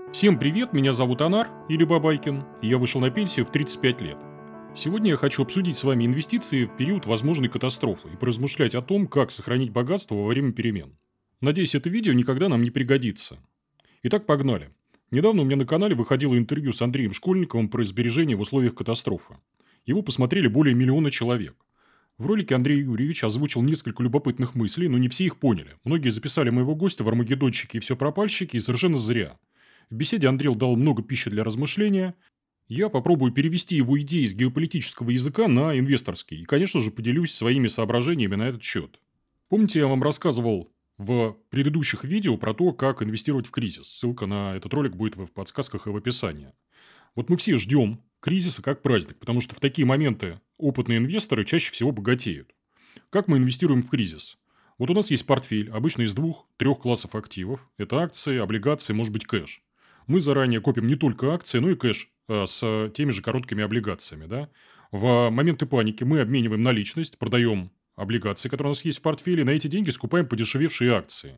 Всем привет, меня зовут Анар, или Бабайкин, и я вышел на пенсию в 35 лет. Сегодня я хочу обсудить с вами инвестиции в период возможной катастрофы и поразмышлять о том, как сохранить богатство во время перемен. Надеюсь, это видео никогда нам не пригодится. Итак, погнали. Недавно у меня на канале выходило интервью с Андреем Школьниковым про сбережения в условиях катастрофы. Его посмотрели более миллиона человек. В ролике Андрей Юрьевич озвучил несколько любопытных мыслей, но не все их поняли. Многие записали моего гостя в армагеддонщики и все пропальщики, и совершенно зря. В беседе Андрей дал много пищи для размышления. Я попробую перевести его идеи с геополитического языка на инвесторский. И, конечно же, поделюсь своими соображениями на этот счет. Помните, я вам рассказывал в предыдущих видео про то, как инвестировать в кризис. Ссылка на этот ролик будет в подсказках и в описании. Вот мы все ждем кризиса как праздник, потому что в такие моменты опытные инвесторы чаще всего богатеют. Как мы инвестируем в кризис? Вот у нас есть портфель, обычно из 2-3 классов активов. Это акции, облигации, может быть, кэш. Мы заранее копим не только акции, но и кэш с теми же короткими облигациями. Да? В моменты паники мы обмениваем наличность, продаем облигации, которые у нас есть в портфеле, и на эти деньги скупаем подешевевшие акции.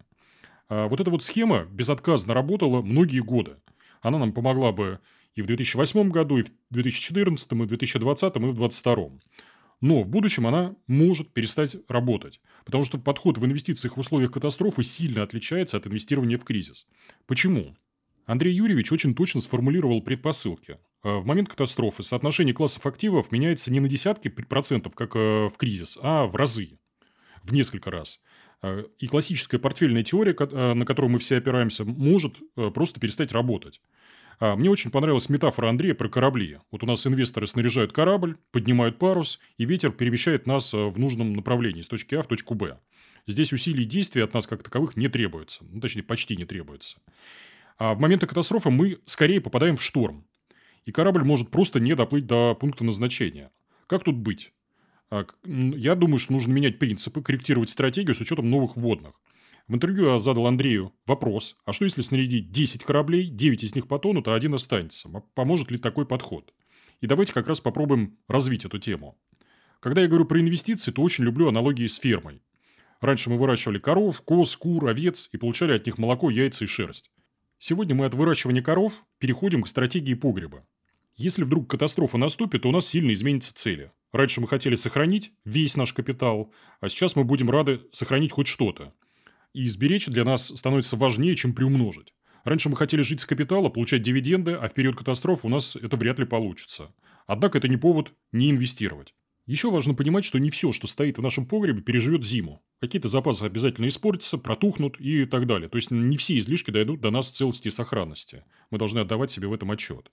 Вот эта вот схема безотказно работала многие годы. Она нам помогла бы и в 2008 году, и в 2014, и в 2020, и в 2022. Но в будущем она может перестать работать, потому что подход в инвестициях в условиях катастрофы сильно отличается от инвестирования в кризис. Почему? Андрей Юрьевич очень точно сформулировал предпосылки. В момент катастрофы соотношение классов активов меняется не на десятки процентов, как в кризис, а в разы, в несколько раз. И классическая портфельная теория, на которую мы все опираемся, может просто перестать работать. Мне очень понравилась метафора Андрея про корабли. Вот у нас инвесторы снаряжают корабль, поднимают парус, и ветер перемещает нас в нужном направлении, с точки А в точку Б. Здесь усилий и действий от нас как таковых не требуется. Ну, точнее, почти не требуется. А в моменты катастрофы мы скорее попадаем в шторм. И корабль может просто не доплыть до пункта назначения. Как тут быть? Я думаю, что нужно менять принципы, корректировать стратегию с учетом новых вводных. В интервью я задал Андрею вопрос, а что если снарядить 10 кораблей, 9 из них потонут, а один останется? Поможет ли такой подход? И давайте как раз попробуем развить эту тему. Когда я говорю про инвестиции, то очень люблю аналогии с фермой. Раньше мы выращивали коров, коз, кур, овец и получали от них молоко, яйца и шерсть. Сегодня мы от выращивания коров переходим к стратегии погреба. Если вдруг катастрофа наступит, то у нас сильно изменятся цели. Раньше мы хотели сохранить весь наш капитал, а сейчас мы будем рады сохранить хоть что-то. И сберечь для нас становится важнее, чем приумножить. Раньше мы хотели жить с капитала, получать дивиденды, а в период катастроф у нас это вряд ли получится. Однако это не повод не инвестировать. Еще важно понимать, что не все, что стоит в нашем погребе, переживет зиму. Какие-то запасы обязательно испортятся, протухнут и так далее. То есть, не все излишки дойдут до нас в целости и сохранности. Мы должны отдавать себе в этом отчет.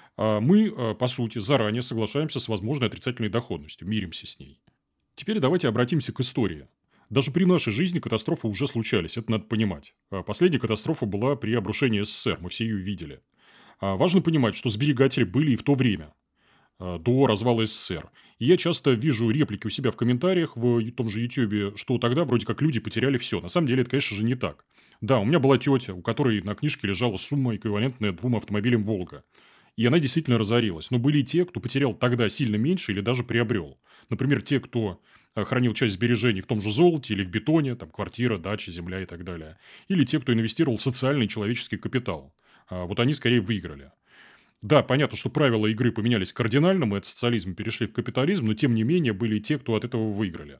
Мы, по сути, заранее соглашаемся с возможной отрицательной доходностью, миримся с ней. Теперь давайте обратимся к истории. Даже при нашей жизни катастрофы уже случались, это надо понимать. Последняя катастрофа была при обрушении СССР, мы все ее видели. Важно понимать, что сберегатели были и в то время, до развала СССР. И я часто вижу реплики у себя в комментариях в том же YouTube, что тогда вроде как люди потеряли все. На самом деле это, конечно же, не так. Да, у меня была тетя, у которой на книжке лежала сумма, эквивалентная 2 автомобилям «Волга». И она действительно разорилась. Но были и те, кто потерял тогда сильно меньше или даже приобрел. Например, те, кто хранил часть сбережений в том же золоте или в бетоне, там квартира, дача, земля и так далее. Или те, кто инвестировал в социальный и человеческий капитал. Вот они скорее выиграли. Да, понятно, что правила игры поменялись кардинально, мы от социализма перешли в капитализм, но тем не менее были и те, кто от этого выиграли.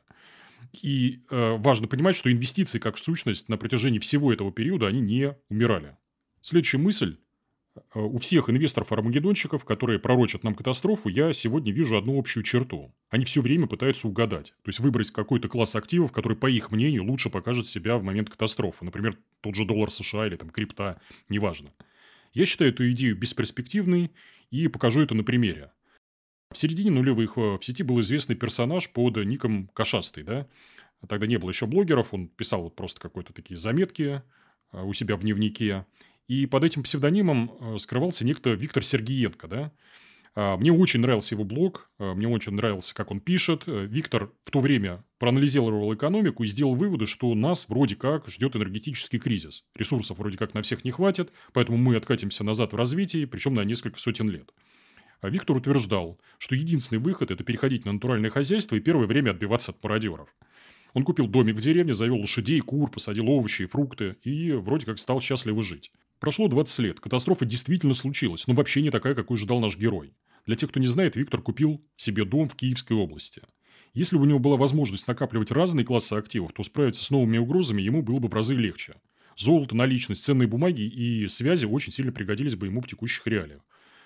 И важно понимать, что инвестиции как сущность на протяжении всего этого периода, они не умирали. Следующая мысль. У всех инвесторов-армагеддонщиков, которые пророчат нам катастрофу, я сегодня вижу одну общую черту. Они все время пытаются угадать. То есть, выбрать какой-то класс активов, который, по их мнению, лучше покажет себя в момент катастрофы. Например, тот же доллар США или там крипта, неважно. Я считаю эту идею бесперспективной и покажу это на примере. В середине нулевых в сети был известный персонаж под ником Кашастый. Да? Тогда не было еще блогеров, он писал вот просто какие-то такие заметки у себя в дневнике. И под этим псевдонимом скрывался некто Виктор Сергиенко. Да? Мне очень нравился его блог, мне очень нравился, как он пишет. Виктор в то время проанализировал экономику и сделал выводы, что нас вроде как ждет энергетический кризис. Ресурсов вроде как на всех не хватит, поэтому мы откатимся назад в развитии, причем на несколько сотен лет. Виктор утверждал, что единственный выход – это переходить на натуральное хозяйство и первое время отбиваться от мародеров. Он купил домик в деревне, завел лошадей, кур, посадил овощи и фрукты и вроде как стал счастливо жить. Прошло 20 лет, катастрофа действительно случилась, но вообще не такая, какой ждал наш герой. Для тех, кто не знает, Виктор купил себе дом в Киевской области. Если бы у него была возможность накапливать разные классы активов, то справиться с новыми угрозами ему было бы в разы легче. Золото, наличность, ценные бумаги и связи очень сильно пригодились бы ему в текущих реалиях.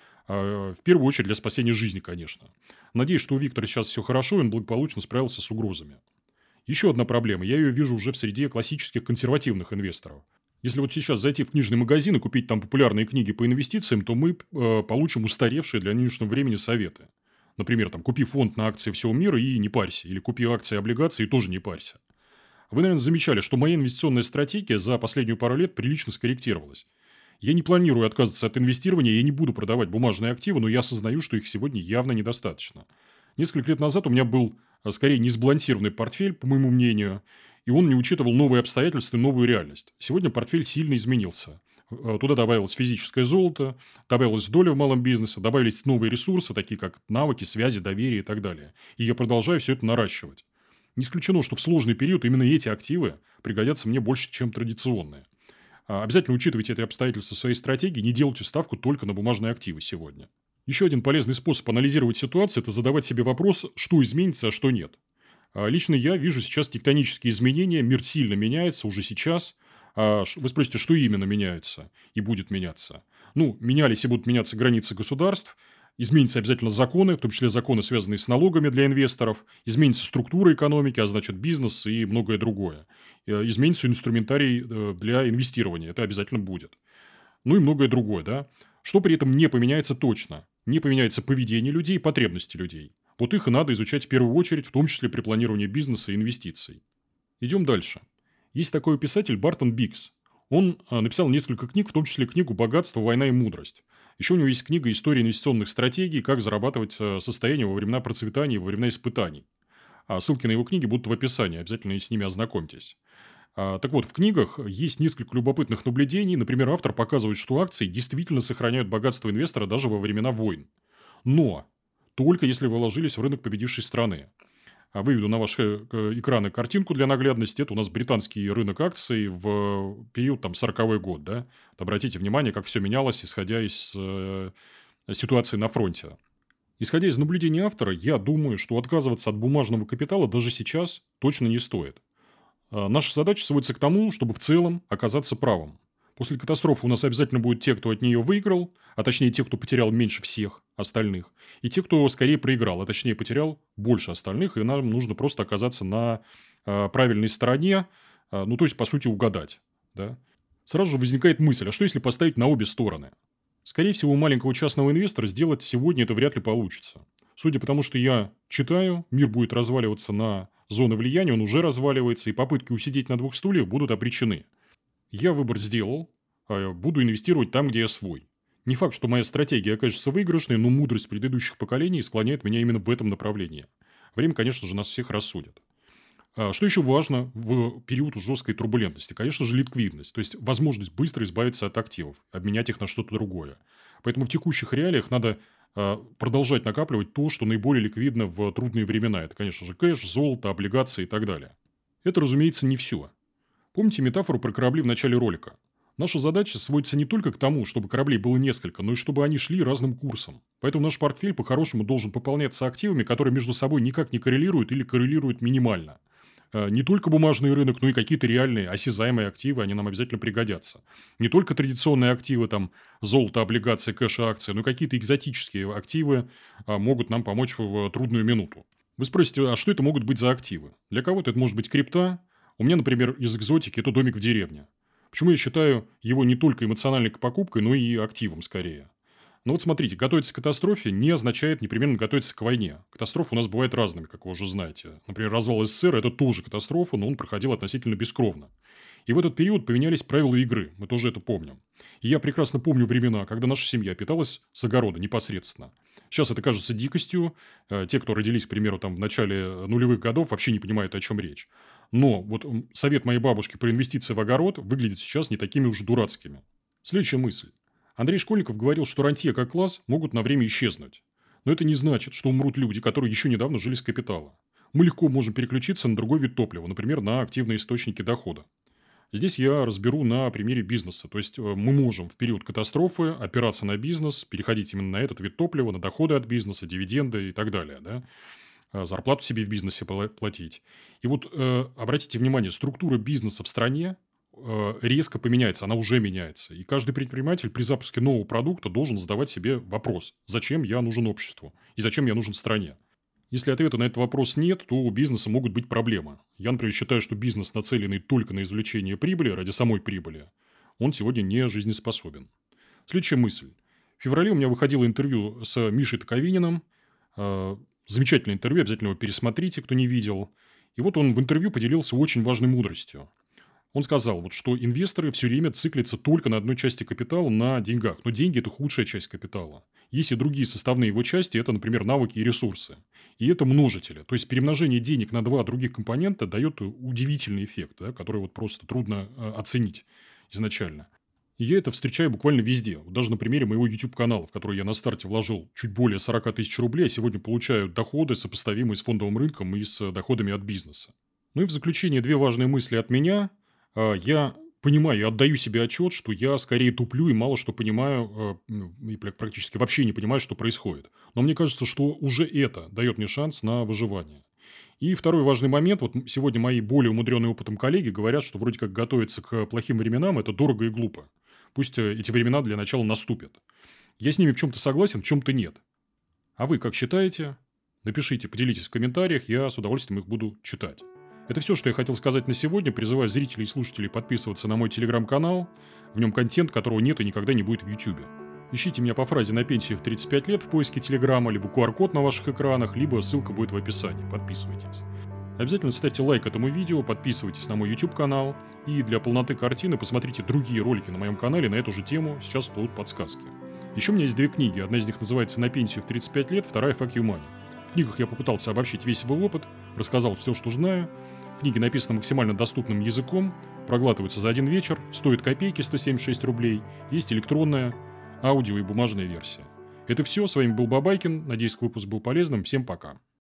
В первую очередь для спасения жизни, конечно. Надеюсь, что у Виктора сейчас все хорошо, и он благополучно справился с угрозами. Еще одна проблема. Я ее вижу уже в среде классических консервативных инвесторов. Если вот сейчас зайти в книжный магазин и купить там популярные книги по инвестициям, то мы получим устаревшие для нынешнего времени советы. Например, там, купи фонд на акции всего мира и не парься. Или купи акции и облигации и тоже не парься. Вы, наверное, замечали, что моя инвестиционная стратегия за последнюю пару лет прилично скорректировалась. Я не планирую отказываться от инвестирования, я не буду продавать бумажные активы, но я осознаю, что их сегодня явно недостаточно. Несколько лет назад у меня был, скорее, несбалансированный портфель, по моему мнению, и он не учитывал новые обстоятельства и новую реальность. Сегодня портфель сильно изменился. Туда добавилось физическое золото, добавилась доля в малом бизнесе, добавились новые ресурсы, такие как навыки, связи, доверие и так далее. И я продолжаю все это наращивать. Не исключено, что в сложный период именно эти активы пригодятся мне больше, чем традиционные. Обязательно учитывайте эти обстоятельства в своей стратегии, не делайте ставку только на бумажные активы сегодня. Еще один полезный способ анализировать ситуацию – это задавать себе вопрос, что изменится, а что нет. Лично я вижу сейчас тектонические изменения, мир сильно меняется уже сейчас. Вы спросите, что именно меняется и будет меняться? Ну, менялись и будут меняться границы государств, изменятся обязательно законы, в том числе законы, связанные с налогами для инвесторов, изменится структура экономики, а значит бизнес и многое другое. Изменится инструментарий для инвестирования, это обязательно будет. Ну и многое другое, да. Что при этом не поменяется точно? Не поменяется поведение людей, потребности людей. Вот их и надо изучать в первую очередь, в том числе при планировании бизнеса и инвестиций. Идем дальше. Есть такой писатель Бартон Бикс. Он написал несколько книг, в том числе книгу «Богатство, война и мудрость». Еще у него есть книга «История инвестиционных стратегий. Как зарабатывать состояние во времена процветания и во времена испытаний». Ссылки на его книги будут в описании, обязательно с ними ознакомьтесь. Так вот, в книгах есть несколько любопытных наблюдений. Например, автор показывает, что акции действительно сохраняют богатство инвестора даже во времена войн. Но только если вы вложились в рынок победившей страны. Выведу на ваши экраны картинку для наглядности. Это у нас британский рынок акций в период там 40-й год. Да? Обратите внимание, как все менялось, исходя из ситуации на фронте. Исходя из наблюдений автора, я думаю, что отказываться от бумажного капитала даже сейчас точно не стоит. Наша задача сводится к тому, чтобы в целом оказаться правым. После катастрофы у нас обязательно будут те, кто от нее выиграл, а точнее те, кто потерял меньше всех остальных, и те, кто скорее проиграл, а точнее потерял больше остальных, и нам нужно просто оказаться на правильной стороне, ну то есть по сути угадать. Да? Сразу же возникает мысль, а что если поставить на обе стороны? Скорее всего, у маленького частного инвестора сделать сегодня это вряд ли получится. Судя по тому, что я читаю, мир будет разваливаться на зоны влияния, он уже разваливается, и попытки усидеть на двух стульях будут обречены. Я выбор сделал, буду инвестировать там, где я свой. Не факт, что моя стратегия окажется выигрышной, но мудрость предыдущих поколений склоняет меня именно в этом направлении. Время, конечно же, нас всех рассудит. Что еще важно в период жесткой турбулентности? Конечно же, ликвидность, то есть возможность быстро избавиться от активов, обменять их на что-то другое. Поэтому в текущих реалиях надо продолжать накапливать то, что наиболее ликвидно в трудные времена. Это, конечно же, кэш, золото, облигации и так далее. Это, разумеется, не все. Помните метафору про корабли в начале ролика? Наша задача сводится не только к тому, чтобы кораблей было несколько, но и чтобы они шли разным курсом. Поэтому наш портфель по-хорошему должен пополняться активами, которые между собой никак не коррелируют или коррелируют минимально. Не только бумажный рынок, но и какие-то реальные осязаемые активы, они нам обязательно пригодятся. Не только традиционные активы, там золото, облигации, кэш и акции, но и какие-то экзотические активы могут нам помочь в трудную минуту. Вы спросите, а что это могут быть за активы? Для кого-то это может быть крипта. У меня, например, из экзотики это домик в деревне. Почему я считаю его не только эмоциональной покупкой, но и активом скорее? Но вот смотрите, готовиться к катастрофе не означает непременно готовиться к войне. Катастрофы у нас бывают разными, как вы уже знаете. Например, развал СССР – это тоже катастрофа, но он проходил относительно бескровно. И в этот период поменялись правила игры, мы тоже это помним. И я прекрасно помню времена, когда наша семья питалась с огорода непосредственно. Сейчас это кажется дикостью. Те, кто родились, к примеру, там, в начале нулевых годов, вообще не понимают, о чем речь. Но вот совет моей бабушки про инвестиции в огород выглядит сейчас не такими уж дурацкими. Следующая мысль. Андрей Школьников говорил, что рантье как класс могут на время исчезнуть. Но это не значит, что умрут люди, которые еще недавно жили с капитала. Мы легко можем переключиться на другой вид топлива, например, на активные источники дохода. Здесь я разберу на примере бизнеса. То есть, мы можем в период катастрофы опираться на бизнес, переходить именно на этот вид топлива, на доходы от бизнеса, дивиденды и так далее, да. Зарплату себе в бизнесе платить. И вот обратите внимание, структура бизнеса в стране резко поменяется, она уже меняется. И каждый предприниматель при запуске нового продукта должен задавать себе вопрос, зачем я нужен обществу и зачем я нужен стране. Если ответа на этот вопрос нет, то у бизнеса могут быть проблемы. Я, например, считаю, что бизнес, нацеленный только на извлечение прибыли ради самой прибыли, он сегодня не жизнеспособен. Следующая мысль. В феврале у меня выходило интервью с Мишей Токовининым. Замечательное интервью, обязательно его пересмотрите, кто не видел. И вот он в интервью поделился очень важной мудростью. Он сказал, вот, что инвесторы все время циклятся только на одной части капитала, на деньгах. Но деньги – это худшая часть капитала. Есть и другие составные его части, это, например, навыки и ресурсы. И это множители. То есть, перемножение денег на два других компонента дает удивительный эффект, да, который вот просто трудно оценить изначально. И я это встречаю буквально везде. Вот даже на примере моего YouTube-канала, в который я на старте вложил чуть более 40 тысяч рублей, а сегодня получаю доходы, сопоставимые с фондовым рынком и с доходами от бизнеса. Ну и в заключение две важные мысли от меня. Я понимаю и отдаю себе отчет, что я скорее туплю и мало что понимаю, и практически вообще не понимаю, что происходит. Но мне кажется, что уже это дает мне шанс на выживание. И второй важный момент. Вот сегодня мои более умудренные опытом коллеги говорят, что вроде как готовиться к плохим временам – это дорого и глупо. Пусть эти времена для начала наступят. Я с ними в чем-то согласен, в чем-то нет. А вы как считаете? Напишите, поделитесь в комментариях, я с удовольствием их буду читать. Это все, что я хотел сказать на сегодня. Призываю зрителей и слушателей подписываться на мой телеграм-канал. В нем контент, которого нет и никогда не будет в Ютубе. Ищите меня по фразе «на пенсию в 35 лет» в поиске Телеграма, либо QR-код на ваших экранах, либо ссылка будет в описании. Подписывайтесь. Обязательно ставьте лайк этому видео, подписывайтесь на мой YouTube-канал. И для полноты картины посмотрите другие ролики на моем канале на эту же тему. Сейчас всплывут подсказки. Еще у меня есть две книги. Одна из них называется «На пенсию в 35 лет», вторая «Fuck you money». В книгах я попытался обобщить весь свой опыт, рассказал все, что знаю. Книги написаны максимально доступным языком, проглатываются за один вечер, стоят копейки, 176 рублей, есть электронная, аудио и бумажная версия. Это все, с вами был Бабайкин, надеюсь, выпуск был полезным, всем пока.